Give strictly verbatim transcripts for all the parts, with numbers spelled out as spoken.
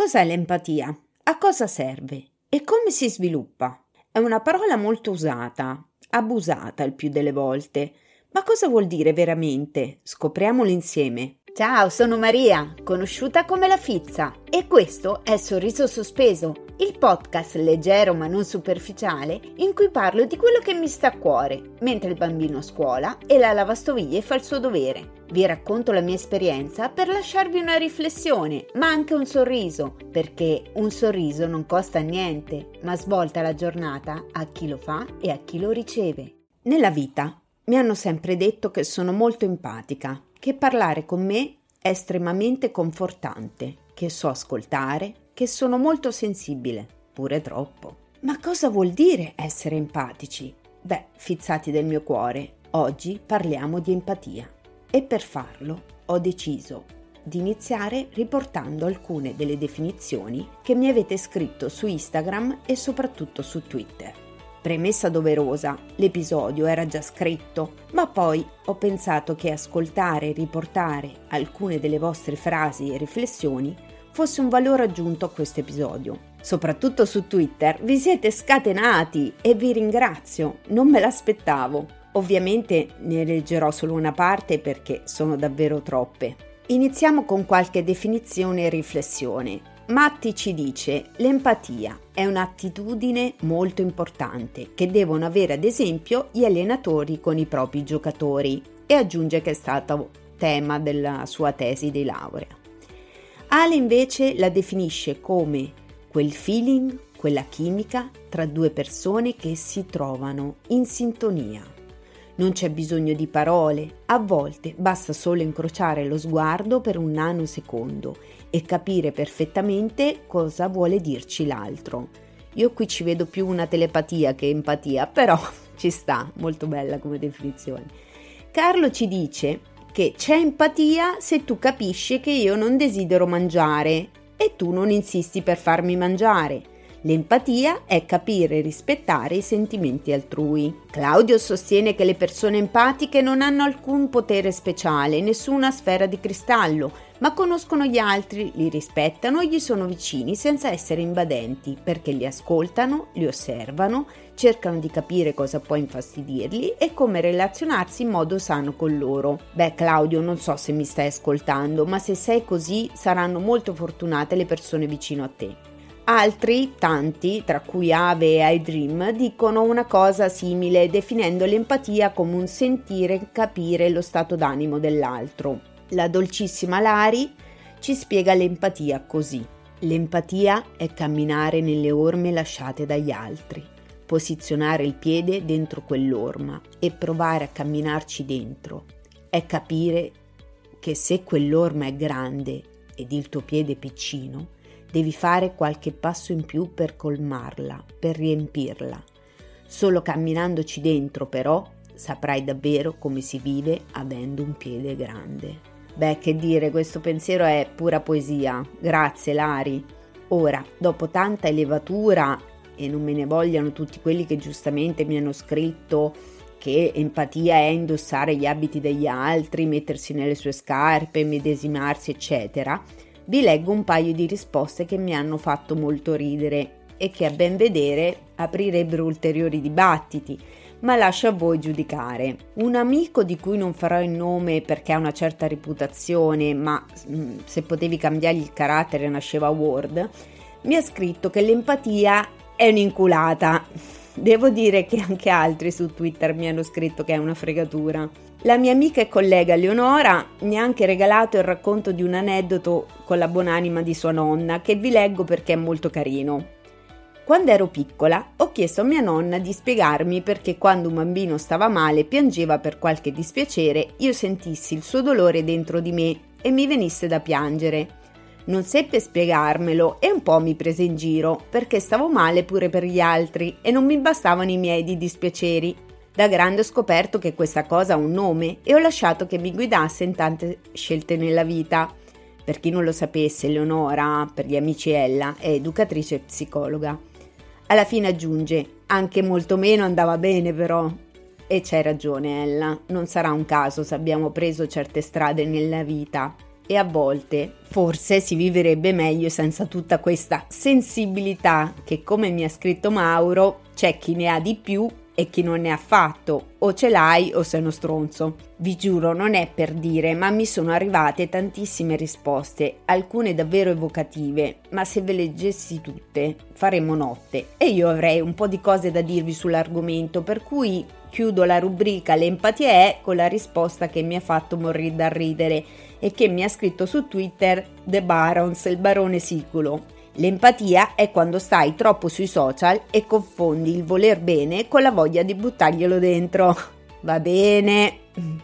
Cos'è l'empatia? A cosa serve? E come si sviluppa? È una parola molto usata, abusata il più delle volte. Ma cosa vuol dire veramente? Scopriamolo insieme. Ciao, sono Maria, conosciuta come la Fizza, e questo è Sorriso Sospeso, il podcast leggero ma non superficiale in cui parlo di quello che mi sta a cuore, mentre il bambino a scuola e la lavastoviglie fa il suo dovere. Vi racconto la mia esperienza per lasciarvi una riflessione, ma anche un sorriso, perché un sorriso non costa niente, ma svolta la giornata a chi lo fa e a chi lo riceve. Nella vita mi hanno sempre detto che sono molto empatica, che parlare con me è estremamente confortante, che so ascoltare, che sono molto sensibile, pure troppo. Ma cosa vuol dire essere empatici? Beh, fizzati del mio cuore, oggi parliamo di empatia e per farlo ho deciso di iniziare riportando alcune delle definizioni che mi avete scritto su Instagram e soprattutto su Twitter. Premessa doverosa, l'episodio era già scritto, ma poi ho pensato che ascoltare e riportare alcune delle vostre frasi e riflessioni fosse un valore aggiunto a questo episodio. Soprattutto su Twitter vi siete scatenati e vi ringrazio, non me l'aspettavo. Ovviamente ne leggerò solo una parte perché sono davvero troppe. Iniziamo con qualche definizione e riflessione. Matti ci dice: l'empatia è un'attitudine molto importante che devono avere ad esempio gli allenatori con i propri giocatori, e aggiunge che è stato tema della sua tesi di laurea. Ale invece la definisce come quel feeling, quella chimica tra due persone che si trovano in sintonia. Non c'è bisogno di parole, a volte basta solo incrociare lo sguardo per un nanosecondo e capire perfettamente cosa vuole dirci l'altro. Io qui ci vedo più una telepatia che empatia, però ci sta, molto bella come definizione. Carlo ci dice che c'è empatia se tu capisci che io non desidero mangiare e tu non insisti per farmi mangiare. L'empatia è capire e rispettare i sentimenti altrui. Claudio sostiene che le persone empatiche non hanno alcun potere speciale, nessuna sfera di cristallo, ma conoscono gli altri, li rispettano e gli sono vicini senza essere invadenti, perché li ascoltano, li osservano, cercano di capire cosa può infastidirli e come relazionarsi in modo sano con loro. Beh, Claudio, non so se mi stai ascoltando, ma se sei così saranno molto fortunate le persone vicino a te. Altri, tanti, tra cui Ave e iDream, dicono una cosa simile, definendo l'empatia come un sentire e capire lo stato d'animo dell'altro. La dolcissima Lari ci spiega l'empatia così. L'empatia è camminare nelle orme lasciate dagli altri, posizionare il piede dentro quell'orma e provare a camminarci dentro. È capire che se quell'orma è grande ed il tuo piede è piccino, devi fare qualche passo in più per colmarla, per riempirla. Solo camminandoci dentro, però, saprai davvero come si vive avendo un piede grande. Beh, che dire, questo pensiero è pura poesia. Grazie, Lari. Ora, dopo tanta elevatura, e non me ne vogliano tutti quelli che giustamente mi hanno scritto che empatia è indossare gli abiti degli altri, mettersi nelle sue scarpe, medesimarsi, eccetera, vi leggo un paio di risposte che mi hanno fatto molto ridere e che a ben vedere aprirebbero ulteriori dibattiti, ma lascio a voi giudicare. Un amico di cui non farò il nome perché ha una certa reputazione, ma mh, se potevi cambiargli il carattere nasceva Word, mi ha scritto che l'empatia è un'inculata. Devo dire che anche altri su Twitter mi hanno scritto che è una fregatura. La mia amica e collega Leonora mi ha anche regalato il racconto di un aneddoto con la buonanima di sua nonna, che vi leggo perché è molto carino. Quando ero piccola ho chiesto a mia nonna di spiegarmi perché quando un bambino stava male e piangeva per qualche dispiacere, io sentissi il suo dolore dentro di me e mi venisse da piangere. Non seppe spiegarmelo e un po' mi prese in giro perché stavo male pure per gli altri e non mi bastavano i miei di dispiaceri. Da grande ho scoperto che questa cosa ha un nome e ho lasciato che mi guidasse in tante scelte nella vita. Per chi non lo sapesse, Leonora, per gli amici Ella, è educatrice e psicologa. Alla fine aggiunge: anche molto meno andava bene però. E c'hai ragione Ella, non sarà un caso se abbiamo preso certe strade nella vita. e a volte forse si vivrebbe meglio senza tutta questa sensibilità che, come mi ha scritto Mauro, c'è chi ne ha di più e chi non ne ha affatto, o ce l'hai o sei uno stronzo. Vi giuro, non è per dire, ma mi sono arrivate tantissime risposte, alcune davvero evocative, ma se ve leggessi tutte faremo notte e io avrei un po' di cose da dirvi sull'argomento, per cui chiudo la rubrica L'empatia è con la risposta che mi ha fatto morire da ridere e che mi ha scritto su Twitter The Barons, il barone siculo. L'empatia è quando stai troppo sui social e confondi il voler bene con la voglia di buttarglielo dentro. Va bene.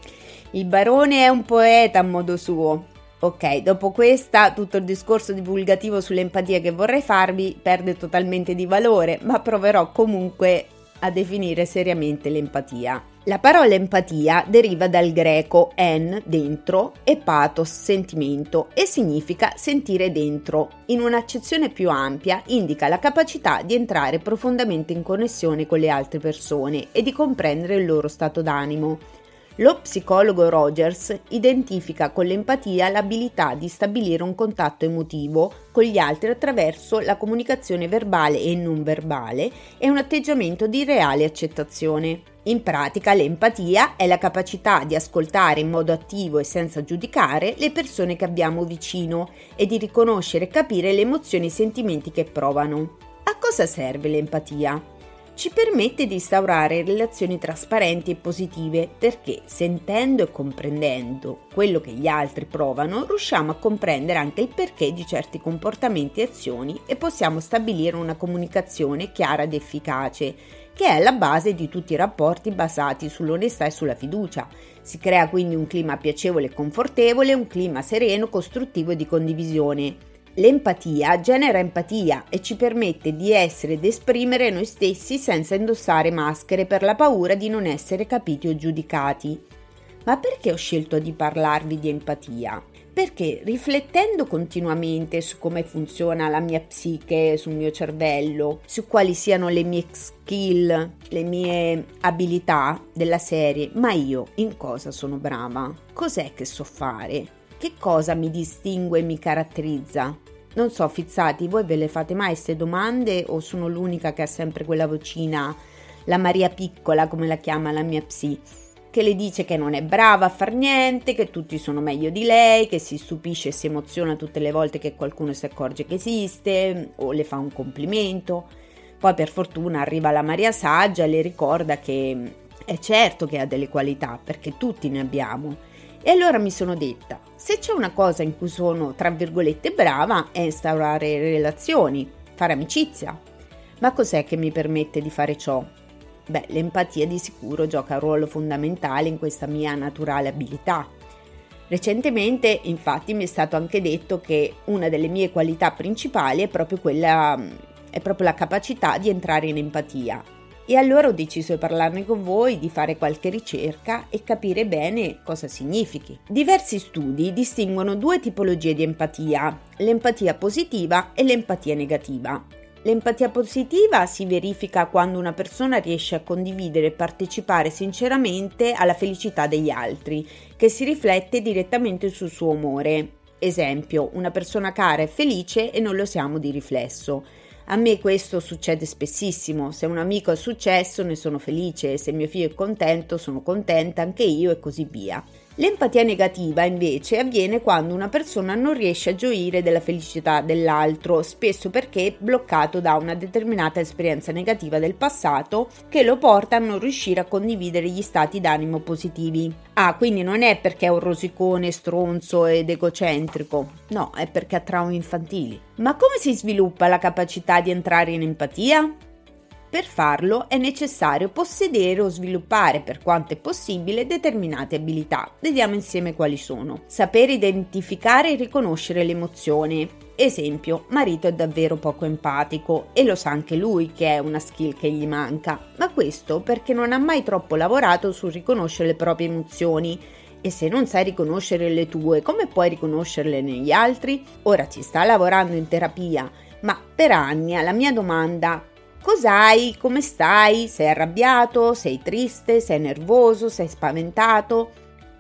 Il barone è un poeta a modo suo. Ok, dopo questa, tutto il discorso divulgativo sull'empatia che vorrei farvi perde totalmente di valore, ma proverò comunque a definire seriamente l'empatia. La parola empatia deriva dal greco en, dentro, e pathos, sentimento, e significa sentire dentro. In un'accezione più ampia indica la capacità di entrare profondamente in connessione con le altre persone e di comprendere il loro stato d'animo. Lo psicologo Rogers identifica con l'empatia l'abilità di stabilire un contatto emotivo con gli altri attraverso la comunicazione verbale e non verbale e un atteggiamento di reale accettazione. In pratica, l'empatia è la capacità di ascoltare in modo attivo e senza giudicare le persone che abbiamo vicino e di riconoscere e capire le emozioni e i sentimenti che provano. A cosa serve l'empatia? Ci permette di instaurare relazioni trasparenti e positive perché, sentendo e comprendendo quello che gli altri provano, riusciamo a comprendere anche il perché di certi comportamenti e azioni e possiamo stabilire una comunicazione chiara ed efficace, che è la base di tutti i rapporti basati sull'onestà e sulla fiducia. Si crea quindi un clima piacevole e confortevole, un clima sereno, costruttivo e di condivisione. L'empatia genera empatia e ci permette di essere ed esprimere noi stessi senza indossare maschere per la paura di non essere capiti o giudicati. Ma perché ho scelto di parlarvi di empatia? Perché riflettendo continuamente su come funziona la mia psiche, sul mio cervello, su quali siano le mie skill, le mie abilità della serie, ma io in cosa sono brava? Cos'è che so fare? Che cosa mi distingue e mi caratterizza? Non so, fizzati, voi ve le fate mai queste domande o sono l'unica che ha sempre quella vocina, la Maria Piccola come la chiama la mia psi, che le dice che non è brava a far niente, che tutti sono meglio di lei, che si stupisce e si emoziona tutte le volte che qualcuno si accorge che esiste o le fa un complimento. Poi per fortuna arriva la Maria Saggia e le ricorda che è certo che ha delle qualità, perché tutti ne abbiamo. E allora mi sono detta, se c'è una cosa in cui sono, tra virgolette, brava, è instaurare relazioni, fare amicizia. Ma cos'è che mi permette di fare ciò? Beh, l'empatia di sicuro gioca un ruolo fondamentale in questa mia naturale abilità. Recentemente, infatti, mi è stato anche detto che una delle mie qualità principali è proprio quella, è proprio la capacità di entrare in empatia. E allora ho deciso di parlarne con voi, di fare qualche ricerca e capire bene cosa significhi. Diversi studi distinguono due tipologie di empatia, l'empatia positiva e l'empatia negativa. L'empatia positiva si verifica quando una persona riesce a condividere e partecipare sinceramente alla felicità degli altri, che si riflette direttamente sul suo umore. Esempio, una persona cara è felice e noi lo siamo di riflesso. A me questo succede spessissimo, se un amico è successo ne sono felice, se mio figlio è contento sono contenta anche io e così via. L'empatia negativa invece avviene quando una persona non riesce a gioire della felicità dell'altro, spesso perché è bloccato da una determinata esperienza negativa del passato che lo porta a non riuscire a condividere gli stati d'animo positivi. Ah, quindi non è perché è un rosicone, stronzo ed egocentrico, no, è perché ha traumi infantili. Ma come si sviluppa la capacità di entrare in empatia? Per farlo è necessario possedere o sviluppare, per quanto è possibile, determinate abilità. Vediamo insieme quali sono. Sapere identificare e riconoscere l'emozione. Esempio, marito è davvero poco empatico e lo sa anche lui che è una skill che gli manca, ma questo perché non ha mai troppo lavorato sul riconoscere le proprie emozioni. E se non sai riconoscere le tue, come puoi riconoscerle negli altri? Ora ci sta lavorando in terapia, ma per anni alla mia domanda cos'hai? Come stai? Sei arrabbiato? Sei triste? Sei nervoso? Sei spaventato?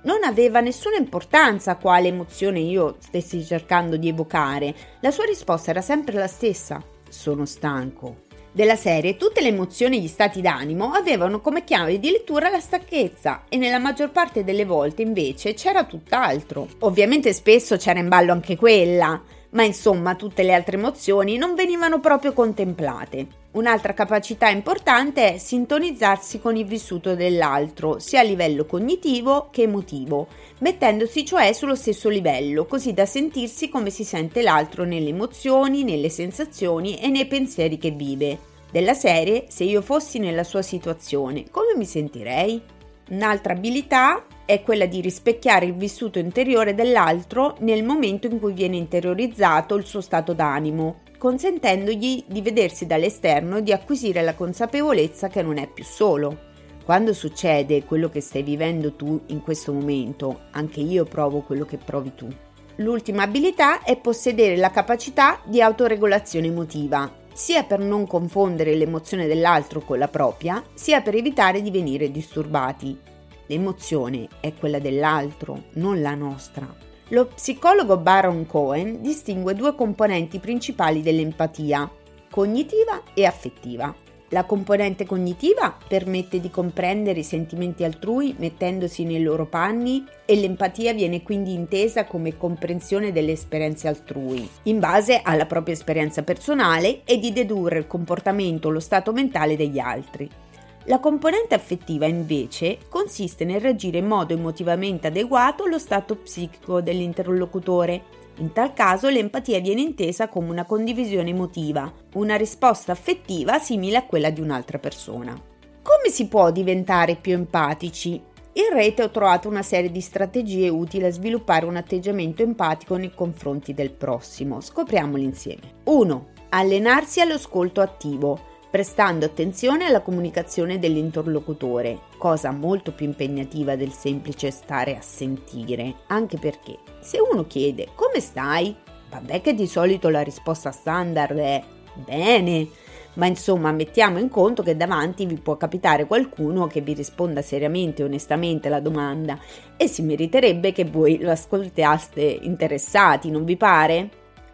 Non aveva nessuna importanza quale emozione io stessi cercando di evocare, la sua risposta era sempre la stessa: sono stanco. Della serie, tutte le emozioni e gli stati d'animo avevano come chiave di lettura la stanchezza e nella maggior parte delle volte invece c'era tutt'altro. Ovviamente spesso c'era in ballo anche quella, ma insomma tutte le altre emozioni non venivano proprio contemplate. Un'altra capacità importante è sintonizzarsi con il vissuto dell'altro, sia a livello cognitivo che emotivo, mettendosi cioè sullo stesso livello, così da sentirsi come si sente l'altro nelle emozioni, nelle sensazioni e nei pensieri che vive. Della serie, se io fossi nella sua situazione, come mi sentirei? Un'altra abilità è quella di rispecchiare il vissuto interiore dell'altro nel momento in cui viene interiorizzato il suo stato d'animo, consentendogli di vedersi dall'esterno e di acquisire la consapevolezza che non è più solo. Quando succede quello che stai vivendo tu in questo momento, anche io provo quello che provi tu. L'ultima abilità è possedere la capacità di autoregolazione emotiva, sia per non confondere l'emozione dell'altro con la propria, sia per evitare di venire disturbati. L'emozione è quella dell'altro, non la nostra. Lo psicologo Baron Cohen distingue due componenti principali dell'empatia, cognitiva e affettiva. La componente cognitiva permette di comprendere i sentimenti altrui mettendosi nei loro panni e l'empatia viene quindi intesa come comprensione delle esperienze altrui, in base alla propria esperienza personale e di dedurre il comportamento o lo stato mentale degli altri. La componente affettiva invece consiste nel reagire in modo emotivamente adeguato allo stato psichico dell'interlocutore. In tal caso l'empatia viene intesa come una condivisione emotiva, una risposta affettiva simile a quella di un'altra persona. Come si può diventare più empatici? In rete ho trovato una serie di strategie utili a sviluppare un atteggiamento empatico nei confronti del prossimo. Scopriamoli insieme. uno. Allenarsi all'ascolto attivo, prestando attenzione alla comunicazione dell'interlocutore, cosa molto più impegnativa del semplice stare a sentire, anche perché se uno chiede come stai, vabbè che di solito la risposta standard è bene, ma insomma mettiamo in conto che davanti vi può capitare qualcuno che vi risponda seriamente e onestamente alla domanda e si meriterebbe che voi lo ascoltaste interessati, non vi pare?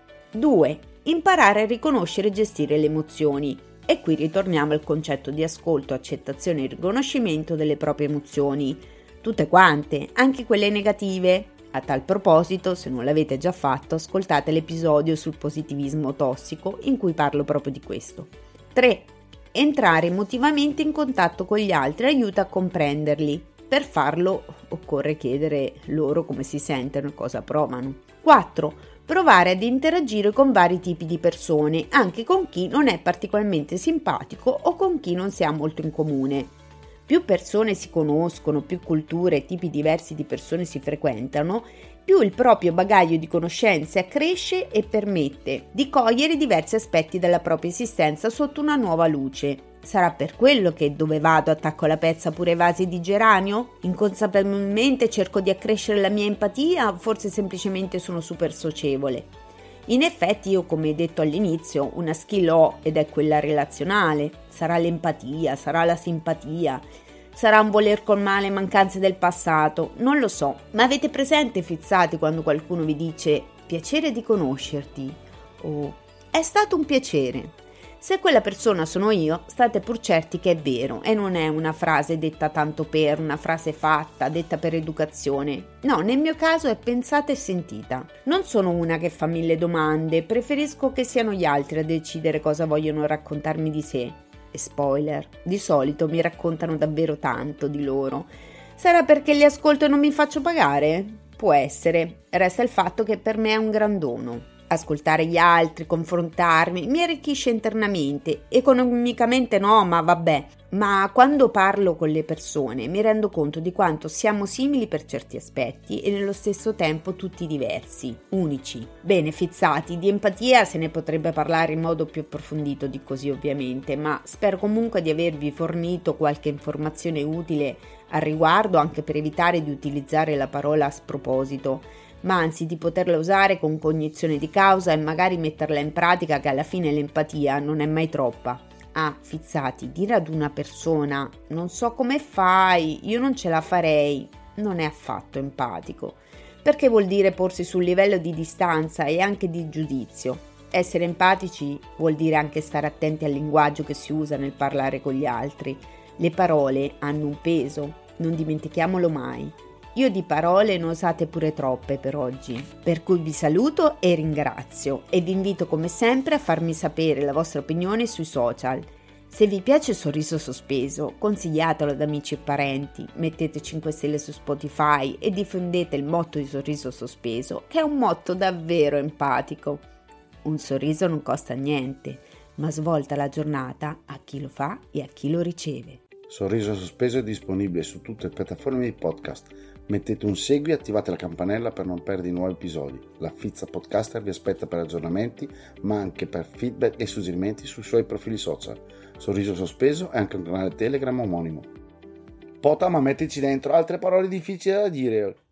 due. Imparare a riconoscere e gestire le emozioni. E qui ritorniamo al concetto di ascolto, accettazione e riconoscimento delle proprie emozioni, tutte quante, anche quelle negative. A tal proposito, se non l'avete già fatto, ascoltate l'episodio sul positivismo tossico in cui parlo proprio di questo. tre. Entrare emotivamente in contatto con gli altri aiuta a comprenderli. Per farlo occorre chiedere loro come si sentono e cosa provano. quattro. Provare ad interagire con vari tipi di persone, anche con chi non è particolarmente simpatico o con chi non si ha molto in comune. Più persone si conoscono, più culture e tipi diversi di persone si frequentano, più il proprio bagaglio di conoscenze cresce e permette di cogliere diversi aspetti della propria esistenza sotto una nuova luce. Sarà per quello che dove vado attacco la pezza pure ai vasi di geranio? Inconsapevolmente cerco di accrescere la mia empatia o forse semplicemente sono super socievole? In effetti io, come detto all'inizio, una skill ho ed è quella relazionale. Sarà l'empatia, sarà la simpatia, sarà un voler colmare le mancanze del passato, non lo so. Ma avete presente, fizzati, quando qualcuno vi dice piacere di conoscerti o è stato un piacere? Se quella persona sono io, state pur certi che è vero e non è una frase detta tanto per, una frase fatta, detta per educazione. No, nel mio caso è pensata e sentita. Non sono una che fa mille domande, preferisco che siano gli altri a decidere cosa vogliono raccontarmi di sé. E spoiler, di solito mi raccontano davvero tanto di loro. Sarà perché li ascolto e non mi faccio pagare? Può essere. Resta il fatto che per me è un gran dono. Ascoltare gli altri, confrontarmi, mi arricchisce internamente, economicamente no, ma vabbè. Ma quando parlo con le persone mi rendo conto di quanto siamo simili per certi aspetti e nello stesso tempo tutti diversi, unici. Bene, fizzati, di empatia se ne potrebbe parlare in modo più approfondito di così ovviamente, ma spero comunque di avervi fornito qualche informazione utile al riguardo, anche per evitare di utilizzare la parola a sproposito, ma anzi di poterla usare con cognizione di causa e magari metterla in pratica, che alla fine l'empatia non è mai troppa. Ah, fizzati, dire ad una persona non so come fai, io non ce la farei, non è affatto empatico, perché vuol dire porsi sul livello di distanza e anche di giudizio. Essere empatici vuol dire anche stare attenti al linguaggio che si usa nel parlare con gli altri. Le parole hanno un peso, non dimentichiamolo mai. Io di parole ne ho usate pure troppe per oggi, per cui vi saluto e ringrazio e vi invito come sempre a farmi sapere la vostra opinione sui social. Se vi piace Sorriso Sospeso, consigliatelo ad amici e parenti, mettete cinque stelle su Spotify e diffondete il motto di Sorriso Sospeso, che è un motto davvero empatico. Un sorriso non costa niente, ma svolta la giornata a chi lo fa e a chi lo riceve. Sorriso Sospeso è disponibile su tutte le piattaforme di podcast. Mettete un segui e attivate la campanella per non perdere i nuovi episodi. La Fizza Podcaster vi aspetta per aggiornamenti, ma anche per feedback e suggerimenti sui suoi profili social. Sorriso Sospeso è anche un canale Telegram omonimo. Pota, ma mettici dentro altre parole difficili da dire.